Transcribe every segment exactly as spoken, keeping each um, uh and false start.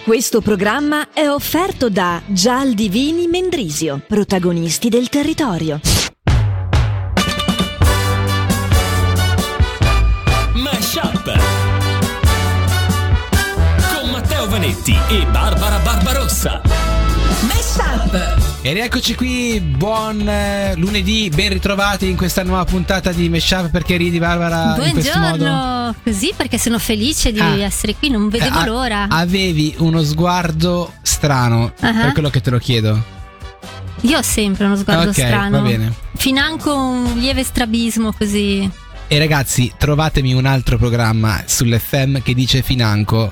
Questo programma è offerto da Gialdivini Mendrisio, protagonisti del territorio. Mashup con Matteo Vanetti e Barbara Barbarossa. Mashup. E rieccoci qui, buon eh, lunedì, ben ritrovati in questa nuova puntata di Mashup. Perché ridi, Barbara? Buongiorno, in questo modo? Così perché sono felice di ah, essere qui, non vedevo eh, l'ora. Avevi uno sguardo strano, uh-huh. per quello che te lo chiedo. Io ho sempre uno sguardo okay, strano. Va bene. Financo un lieve strabismo così. E ragazzi, trovatemi un altro programma sull'F M che dice financo.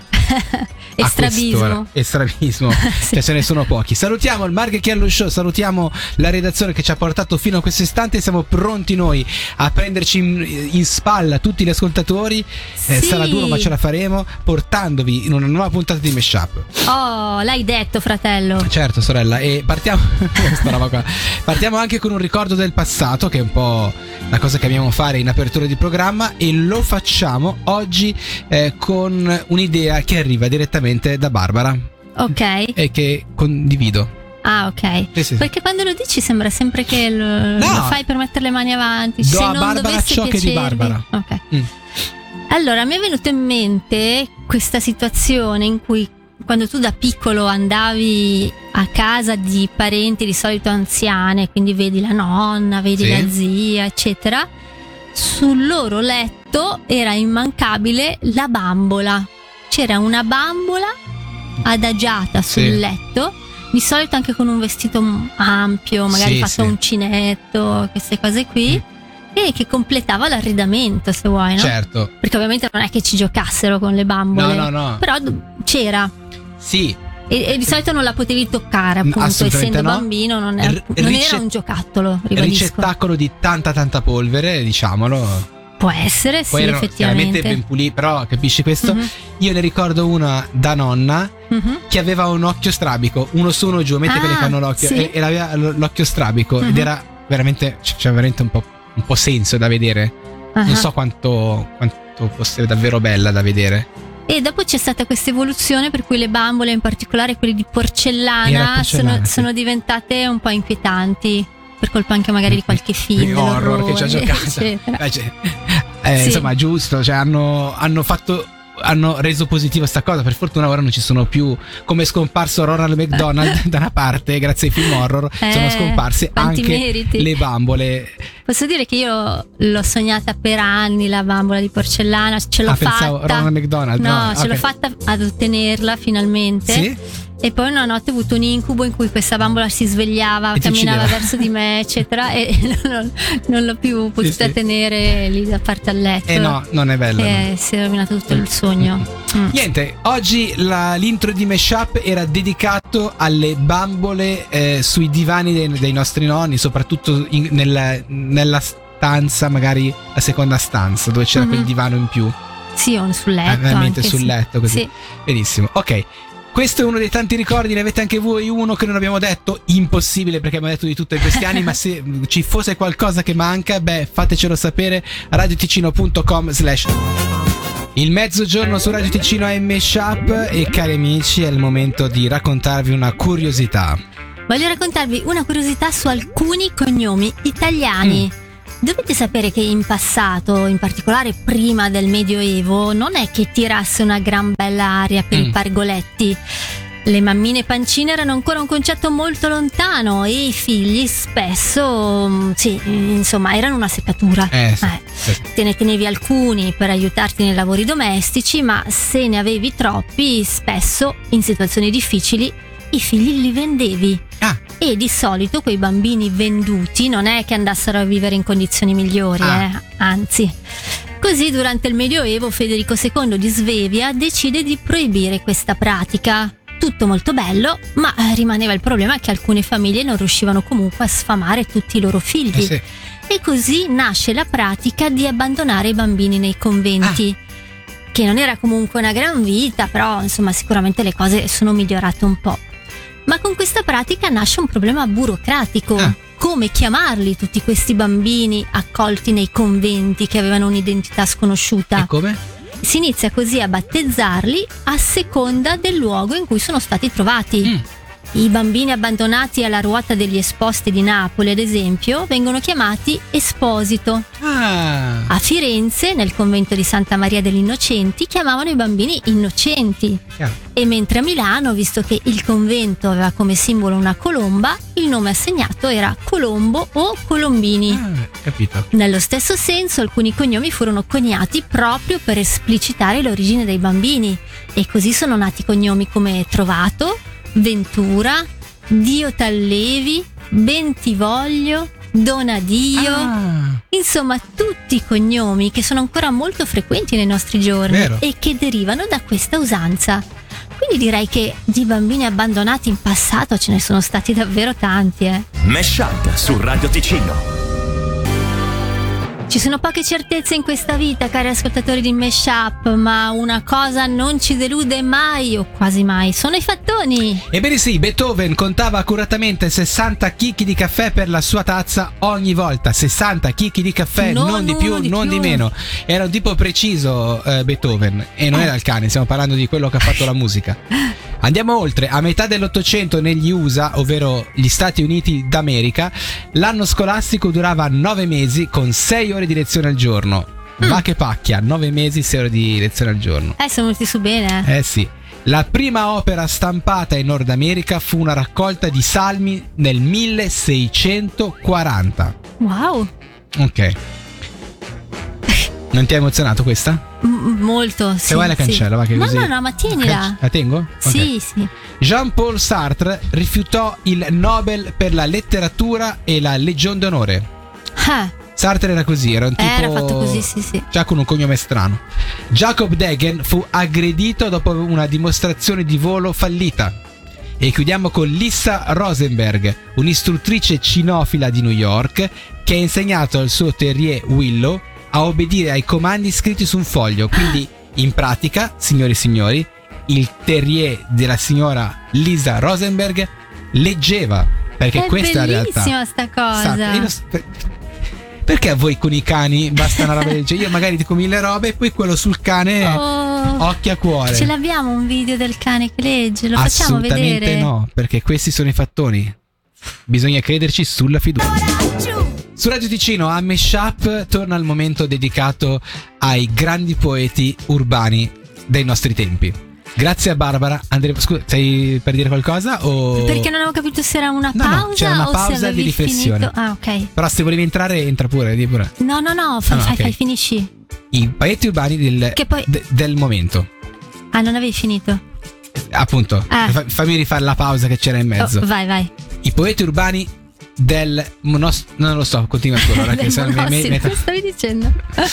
Estrabismo. Estrabismo. Sì. Cioè, ce ne sono pochi. Salutiamo il Marche Chiallo Show, salutiamo la redazione che ci ha portato fino a questo istante. Siamo pronti noi a prenderci in, in spalla tutti gli ascoltatori. Sì. eh, Sarà duro, ma ce la faremo, portandovi in una nuova puntata di Mashup. Oh, l'hai detto, fratello. Certo, sorella. E partiamo questa roba qua. Partiamo anche con un ricordo del passato, che è un po' la cosa che amiamo fare in apertura di programma, e lo facciamo oggi eh, con un'idea che arriva direttamente da Barbara. Ok. E che condivido. Ah, ok. Sì, sì. Perché quando lo dici sembra sempre che lo, no. lo fai per mettere le mani avanti. Do Se a non Barbara dovesse ciò che di piacervi. Barbara. Ok. Mm. Allora, mi è venuto in mente questa situazione in cui quando tu da piccolo andavi a casa di parenti di solito anziane, quindi vedi la nonna, vedi sì. la zia, eccetera, sul loro letto era immancabile la bambola. C'era una bambola adagiata sul sì. letto, di solito anche con un vestito ampio, magari sì, fatto sì. uncinetto, queste cose qui. Mm. E che completava l'arredamento, se vuoi, no? Certo. Perché ovviamente non è che ci giocassero con le bambole. No, no, no. Però c'era. Sì. E, e di solito non la potevi toccare, appunto, essendo no. bambino, non, è, R- non ricet- era un giocattolo, ribadisco. Ricettacolo di tanta tanta polvere, diciamolo. Può essere, Poi sì, erano effettivamente. chiaramente ben puliti, però capisci questo? Mm-hmm. Io ne ricordo una da nonna mm-hmm. che aveva un occhio strabico, uno su uno giù, mentre ah, quelli che hanno l'occhio, sì. e, e aveva l'occhio strabico, mm-hmm. ed era veramente, c'era veramente un po', un po' senso da vedere. Uh-huh. Non so quanto, quanto fosse davvero bella da vedere. E dopo c'è stata questa evoluzione per cui le bambole, in particolare quelle di porcellana, porcellana sono, sì. sono diventate un po' inquietanti, per colpa anche magari di qualche film horror che ci ha giocato. eh, cioè, eh, sì. Insomma, giusto, cioè hanno, hanno fatto hanno reso positivo sta cosa. Per fortuna ora non ci sono più, come è scomparso Ronald McDonald da una parte grazie ai film horror, eh, sono scomparse anche meriti. Le bambole. Posso dire che io l'ho sognata per anni la bambola di porcellana, ce l'ho ah, fatta. Pensavo Ronald McDonald. No, no ce okay. l'ho fatta ad ottenerla finalmente. Sì? E poi una notte ho avuto un incubo in cui questa bambola si svegliava, e camminava verso di me, eccetera, e non, non l'ho più potuta sì, sì. tenere lì da parte al letto. E eh no, non è bello. E no. si è rovinato tutto il sogno. Mm. Niente, oggi la, l'intro di Mashup era dedicato alle bambole eh, sui divani dei, dei nostri nonni, soprattutto in, nella, nella stanza, magari la seconda stanza, dove c'era mm-hmm. quel divano in più. Sì, o sul letto. Eh, veramente anche, sul sì. letto, così. Sì. Benissimo, ok. Questo è uno dei tanti ricordi, ne avete anche voi uno che non abbiamo detto? Impossibile, perché abbiamo detto di tutto in questi anni, ma se ci fosse qualcosa che manca, beh, fatecelo sapere. radioticino punto com slash Il mezzogiorno su Radio Ticino è Mashup e cari amici, è il momento di raccontarvi una curiosità. Voglio raccontarvi una curiosità su alcuni cognomi italiani. Mm. Dovete sapere che in passato, in particolare prima del Medioevo, non è che tirasse una gran bella aria per mm. i pargoletti. Le mammine pancine erano ancora un concetto molto lontano e i figli spesso, sì, insomma, erano una seccatura. Eh, sì, eh. Sì. Te ne tenevi alcuni per aiutarti nei lavori domestici, ma se ne avevi troppi, spesso, in situazioni difficili, i figli li vendevi. Ah. E di solito quei bambini venduti non è che andassero a vivere in condizioni migliori, ah. eh? Anzi. Così durante il Medioevo Federico secondo di Svevia decide di proibire questa pratica. Tutto molto bello, ma rimaneva il problema che alcune famiglie non riuscivano comunque a sfamare tutti i loro figli. Eh sì. E così nasce la pratica di abbandonare i bambini nei conventi. Ah. Che non era comunque una gran vita, però insomma sicuramente le cose sono migliorate un po'. Ma con questa pratica nasce un problema burocratico. Ah. Come chiamarli tutti questi bambini accolti nei conventi che avevano un'identità sconosciuta? E come? si inizia così a battezzarli a seconda del luogo in cui sono stati trovati. Mm. I bambini abbandonati alla ruota degli Esposti di Napoli, ad esempio, vengono chiamati Esposito. Ah. A Firenze, nel convento di Santa Maria degli Innocenti, chiamavano i bambini innocenti. Chiaro. E mentre a Milano, visto che il convento aveva come simbolo una colomba, il nome assegnato era Colombo o Colombini. Ah, capito. Nello stesso senso, alcuni cognomi furono coniati proprio per esplicitare l'origine dei bambini, e così sono nati cognomi come Trovato, Ventura, Dio t'allevi, Bentivoglio, Donadio. Ah. Insomma, tutti cognomi che sono ancora molto frequenti nei nostri giorni. Vero. E che derivano da questa usanza. Quindi direi che di bambini abbandonati in passato ce ne sono stati davvero tanti, eh. Meshup su Radio Ticino. Ci sono poche certezze in questa vita, cari ascoltatori di Meshup, ma una cosa non ci delude mai, o quasi mai, sono i fattoni. Ebbene sì, Beethoven contava accuratamente sessanta chicchi di caffè per la sua tazza ogni volta. sessanta chicchi di caffè, Non non, di uno più, di non più. di meno. Era un tipo preciso, eh, Beethoven, e non Eh. era il cane, stiamo parlando di quello che ha fatto la musica. Andiamo oltre, a metà dell'Ottocento negli U S A, ovvero gli Stati Uniti d'America, l'anno scolastico durava nove mesi con sei ore di lezione al giorno. Va che pacchia, nove mesi, sei ore di lezione al giorno. Eh, sono venuti su bene, eh. Eh sì. La prima opera stampata in Nord America fu una raccolta di salmi nel milleseicentoquaranta. Wow. Ok. Non ti ha emozionato questa? M- molto, sì. Se vuoi la sì. cancella, va che no, così. No, no, ma tienila. La tengo? Ok. Sì, sì. Jean-Paul Sartre rifiutò il Nobel per la letteratura e la Legion d'onore. Ah, Sartre era così, era un tipo... era fatto così, sì, sì. già con un cognome strano. Jacob Degen fu aggredito dopo una dimostrazione di volo fallita. E chiudiamo con Lissa Rosenberg, un'istruttrice cinofila di New York che ha insegnato al suo terrier Willow a obbedire ai comandi scritti su un foglio. Quindi, in pratica, signori e signori, il terrier della signora Lisa Rosenberg leggeva, perché È questa è la realtà. bellissima sta cosa. Sa- io lo so- per- perché a voi con i cani basta una roba del genere? Io magari dico mille robe e poi quello sul cane, Oh, occhi a cuore. ce l'abbiamo un video del cane che legge, lo facciamo Assolutamente vedere? no, perché questi sono i fattoni. Bisogna crederci sulla fiducia. Su Radio Ticino a Meshup torna il momento dedicato ai grandi poeti urbani dei nostri tempi. Grazie a Barbara. Andremo, scusa, stai per dire qualcosa o... Perché non avevo capito se era una No, no, pausa c'era una o pausa se avevi di riflessione. finito. Ah, ok. Però se volevi entrare entra pure, di pure. No, no, no, fai, Ah, no, fai, ok. fai, finisci. I poeti urbani del, Che poi- de- del momento. Ah, non avevi finito. Appunto, Ah. fa- fammi rifare la pausa che c'era in mezzo. Oh, vai, vai. I poeti urbani del monos- non lo so, continua tu allora, che Del se- me- me- monossimo, me- cosa stavi dicendo?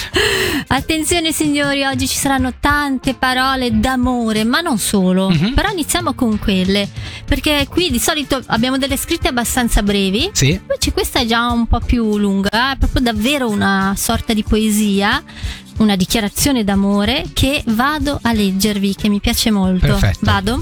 Attenzione signori, oggi ci saranno tante parole d'amore, ma non solo. Mhm. Però iniziamo con quelle, perché qui di solito abbiamo delle scritte abbastanza brevi. Sì. Invece questa è già un po' più lunga, è proprio davvero una sorta di poesia, una dichiarazione d'amore che vado a leggervi, che mi piace molto. Perfetto. Vado?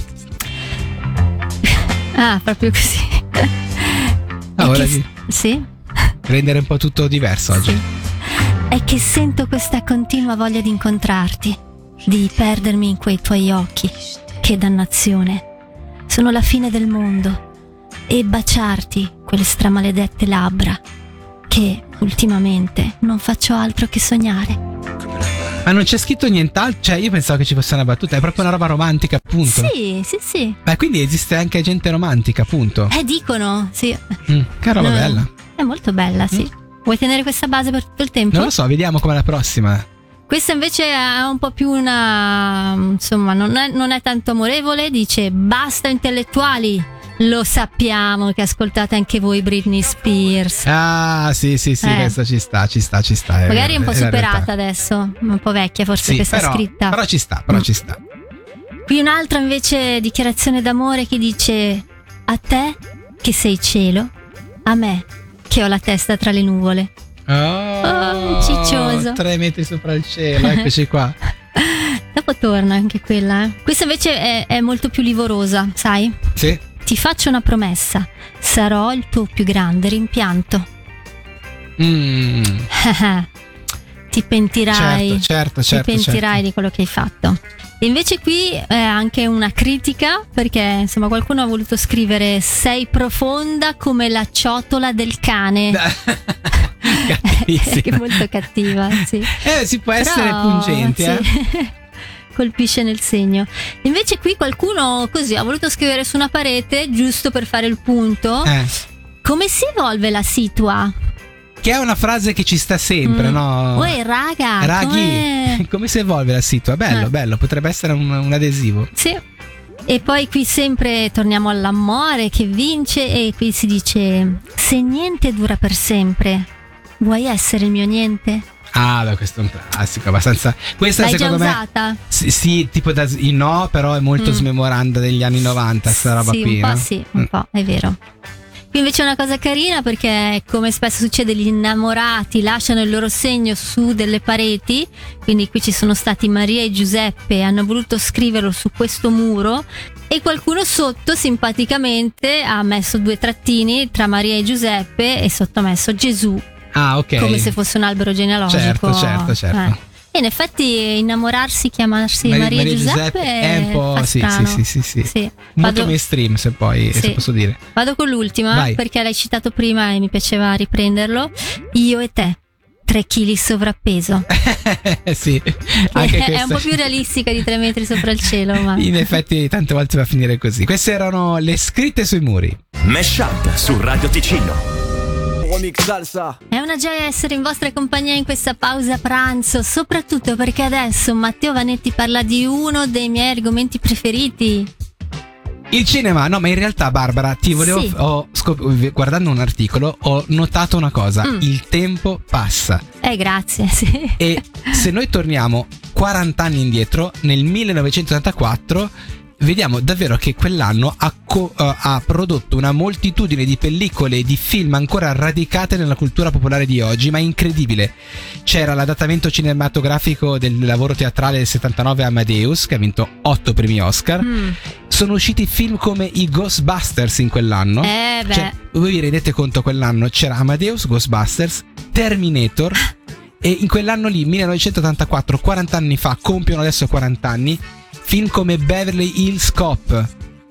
Ah, proprio così. Ah, È ora che- di- Sì? rendere un po' tutto diverso oggi. Sì. È che sento questa continua voglia di incontrarti, di perdermi in quei tuoi occhi. Che dannazione. Sono la fine del mondo. E baciarti quelle stramaledette labbra, che ultimamente non faccio altro che sognare. Ma non c'è scritto nient'altro? Cioè, io pensavo che ci fosse una battuta, è proprio una roba romantica, appunto. Sì, sì, sì. Ma quindi esiste anche gente romantica, appunto. Eh, dicono, sì. Mm, che roba No, bella. È molto bella, sì. Vuoi tenere questa base per tutto il tempo? Non lo so, vediamo come la prossima. Questa invece è un po' più una... insomma, non è, non è tanto amorevole. Dice: basta intellettuali. Lo sappiamo che ascoltate anche voi Britney Spears. Ah, sì, sì, sì, Eh. questa ci sta, ci sta, ci sta. è- Magari è un po' è la superata realtà. adesso, un po' vecchia forse Sì, questa però, scritta. però ci sta, però ci sta. Qui un'altra invece dichiarazione d'amore che dice: a te che sei cielo, a me che ho la testa tra le nuvole. Oh, Oh, ciccioso. Tre metri sopra il cielo, eccoci qua. Dopo torna anche quella, eh. Questa invece è, è molto più livorosa, sai? Sì. Ti faccio una promessa, sarò il tuo più grande rimpianto. Mm. Ti ti pentirai. Certo, certo, certo, ti pentirai certo. di quello che hai fatto. E invece qui è anche una critica, perché insomma qualcuno ha voluto scrivere: sei profonda come la ciotola del cane. Cattivissima. Che è molto cattiva, sì. Eh, si può essere Però, pungente, sì. eh. Colpisce nel segno. Invece qui qualcuno così ha voluto scrivere su una parete, giusto per fare il punto, Eh. come si evolve la situa? Che è una frase che ci sta sempre, Mm. no? Uè, raga, Raghi, come... come si evolve la situa? Bello, Eh. bello, potrebbe essere un, un adesivo. Sì. E poi qui sempre torniamo all'amore che vince, e qui si dice: se niente dura per sempre, vuoi essere il mio niente? Ah, beh, questo è un classico, abbastanza. Questa L'hai già secondo me usata? Sì, sì, tipo da il no, però è molto Mm. smemoranda degli anni novanta, sta roba sì, qui. un po' no? sì, un Mm. po', è vero. Qui invece è una cosa carina, perché come spesso succede gli innamorati lasciano il loro segno su delle pareti, quindi qui ci sono stati Maria e Giuseppe, hanno voluto scriverlo su questo muro, e qualcuno sotto simpaticamente ha messo due trattini tra Maria e Giuseppe e sotto ha messo Gesù, Ah, ok. come se fosse un albero genealogico. Certo, certo, certo. Eh. E in effetti innamorarsi, chiamarsi Mari- Maria, Maria e e Giuseppe, Giuseppe è un po', fa sì, strano. sì, sì, sì, sì. Sì. Molto Vado- mainstream, se poi se Sì. posso dire. Vado con l'ultima, Vai. perché l'hai citato prima e mi piaceva riprenderlo. Io e te, tre chili sovrappeso. Sì, anche è questa. un po' più realistica di tre metri sopra il cielo, ma In effetti tante volte va a finire così. Queste erano le scritte sui muri. Mesh Up su Radio Ticino. Remix salsa. è una gioia essere in vostra compagnia in questa pausa pranzo, soprattutto perché adesso Matteo Vanetti parla di uno dei miei argomenti preferiti. Il cinema, no, ma in realtà Barbara, ti volevo Sì. ho scop- guardando un articolo ho notato una cosa, Mm. il tempo passa Eh, grazie, sì. e se noi torniamo quaranta anni indietro, nel millenovecentottantaquattro, vediamo davvero che quell'anno ha, co- eh, ha prodotto una moltitudine di pellicole e di film ancora radicate nella cultura popolare di oggi, ma incredibile. C'era l'adattamento cinematografico del lavoro teatrale del settantanove Amadeus, che ha vinto otto premi Oscar. Mm. Sono usciti film come i Ghostbusters in quell'anno. Eh, beh. Cioè, voi vi rendete conto, quell'anno c'era Amadeus, Ghostbusters, Terminator. E in quell'anno lì, millenovecentottantaquattro, quaranta anni fa, compiono adesso quaranta anni, film come Beverly Hills Cop,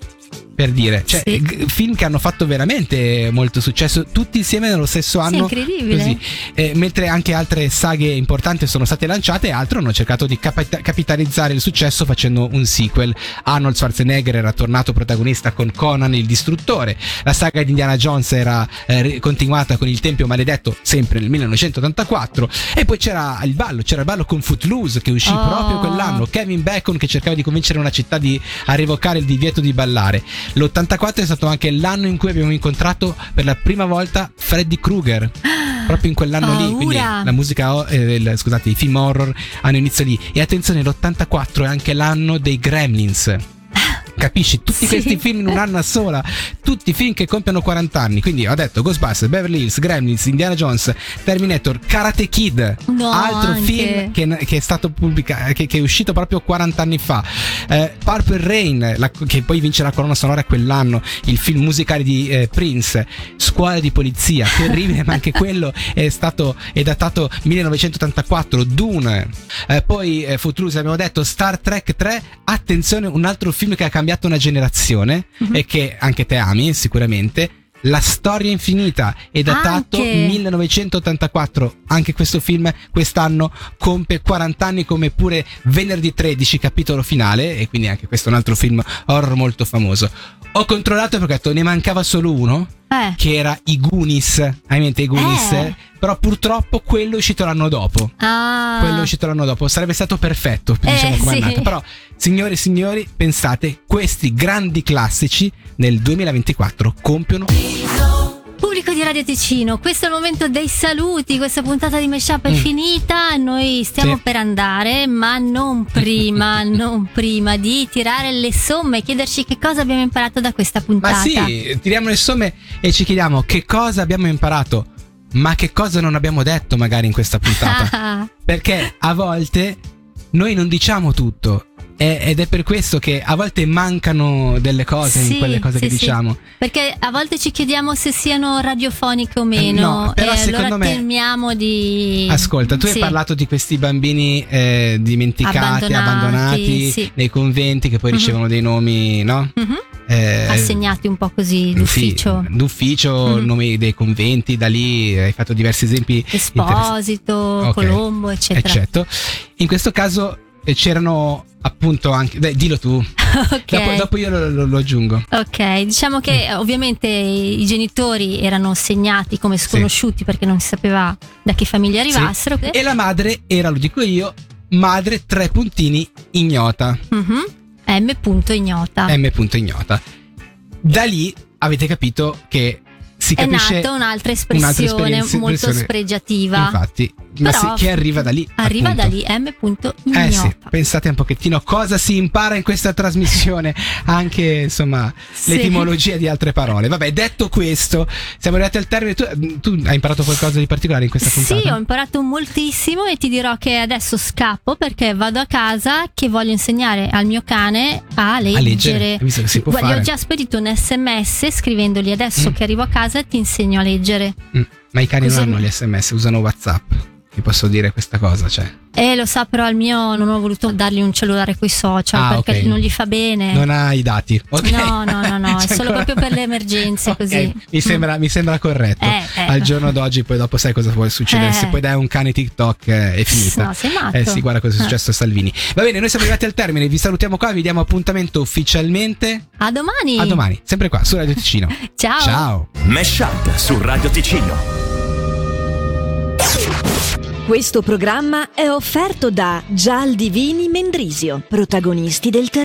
per dire, cioè Sì. g- film che hanno fatto veramente molto successo, tutti insieme nello stesso Sì, anno. incredibile. Così. Eh, mentre anche altre saghe importanti sono state lanciate, altro hanno cercato di capita- capitalizzare il successo facendo un sequel. Arnold Schwarzenegger era tornato protagonista con Conan il Distruttore, la saga di Indiana Jones era eh, ri- continuata con Il Tempio Maledetto sempre nel millenovecentottantaquattro, e poi c'era il ballo, c'era il ballo con Footloose che uscì Oh. proprio quell'anno, Kevin Bacon che cercava di convincere una città di, a revocare il divieto di ballare. L'ottantaquattro è stato anche l'anno in cui abbiamo incontrato per la prima volta Freddy Krueger. Proprio in quell'anno lì, Paura. quindi la musica, ho- eh, il- scusate, i film horror hanno inizio lì. E attenzione, l'ottantaquattro è anche l'anno dei Gremlins. Capisci? Tutti Sì. questi film in un'anno sola, tutti film che compiono quaranta anni. Quindi ho detto Ghostbusters, Beverly Hills, Gremlins, Indiana Jones, Terminator, Karate Kid, No, altro anche. film che, che è stato pubblicato, che, che è uscito proprio quaranta anni fa. Eh, Purple Rain, la- che poi vince la colonna sonora quell'anno, il film musicale di eh, Prince, Scuola di polizia, terribile, ma anche quello è stato è datato millenovecentottantaquattro. Dune, eh, poi eh, Footloose, abbiamo detto, Star Trek tre, attenzione, un altro film che ha cambiato una generazione e che anche te ami sicuramente, La storia infinita, è datato Anche. millenovecentottantaquattro. Anche questo film quest'anno compie quaranta anni, come pure Venerdì tredici, capitolo finale, e quindi anche questo è un altro film horror molto famoso. Ho controllato perché ho detto ne mancava solo uno, Eh. che era I Goonies. Hai in mente I Goonies? Eh. Però purtroppo quello è uscito l'anno dopo. Ah. Quello è uscito l'anno dopo, sarebbe stato perfetto, diciamo, Eh, come sì. annata. Però, signore e signori, pensate, questi grandi classici nel duemilaventiquattro compiono. Pubblico di Radio Ticino, questo è il momento dei saluti, questa puntata di Mesh Up è Mm. finita, noi stiamo Sì. per andare, ma non prima, non prima di tirare le somme e chiederci che cosa abbiamo imparato da questa puntata. Ma sì, tiriamo le somme e ci chiediamo che cosa abbiamo imparato, ma che cosa non abbiamo detto magari in questa puntata. Ah, Perché a volte noi non diciamo tutto, è, ed è per questo che a volte mancano delle cose Sì, in quelle cose sì, che sì. diciamo. Perché a volte ci chiediamo se siano radiofoniche o meno. No, però e secondo allora me- temiamo di. Ascolta, tu Sì. hai parlato di questi bambini eh, dimenticati, Abbandonati, abbandonati sì. nei conventi che poi Mhm. ricevono dei nomi, no? Mhm. Eh, Assegnati un po' così d'ufficio. Sì, d'ufficio, Mhm. nomi dei conventi, da lì hai fatto diversi esempi Esposito, Ok. Colombo, eccetera. Eccetto. In questo caso eh, c'erano appunto anche. Dai, dillo tu. Ok. Dopo, dopo io lo, lo- lo aggiungo. Ok, diciamo che Mm. ovviamente i genitori erano segnati come sconosciuti perché non si sapeva da che famiglia arrivassero. Sì. E la madre era, lo dico io, madre tre puntini ignota. Mhm. M. ignota. M. ignota. Da lì avete capito che si È capisce nata un'altra espressione un'altra esperienza- molto espressione. spregiativa. Infatti, ma Però sì, che arriva da lì. Arriva appunto. da lì, M. ignota. Eh sì, pensate un pochettino cosa si impara in questa trasmissione, anche insomma Sì. l'etimologia di altre parole. Vabbè, detto questo, siamo arrivati al termine. Tu, tu hai imparato qualcosa di particolare in questa puntata? Sì, ho imparato moltissimo e ti dirò che adesso scappo perché vado a casa che voglio insegnare al mio cane a leggere. A leggere, hai visto che si può Guarda, fare. gli ho già spedito un sms scrivendogli adesso Mm. che arrivo a casa ti insegno a leggere. Mm, ma i cani Così- non hanno gli sms, usano WhatsApp. Ti posso dire questa cosa, cioè. E lo sa, però al mio non ho voluto dargli un cellulare coi social Ah, perché ok. non gli fa bene. Non ha i dati. Ok. No, no, no, no, è C'è solo ancora- proprio per le emergenze, Ok, così. Mi sembra, mi sembra corretto. Eh, eh. Al giorno d'oggi, poi dopo sai cosa può succedere. Eh. Se poi dai un cane TikTok eh, è finita. No, sei matto. Eh sì, guarda cosa è Eh. successo a Salvini. Va bene, noi siamo arrivati al termine. Vi salutiamo qua, vi diamo appuntamento ufficialmente A domani. a domani, sempre qua su Radio Ticino. Ciao. Ciao. Mesh Up su Radio Ticino. Questo programma è offerto da Gial Divini Mendrisio, protagonisti del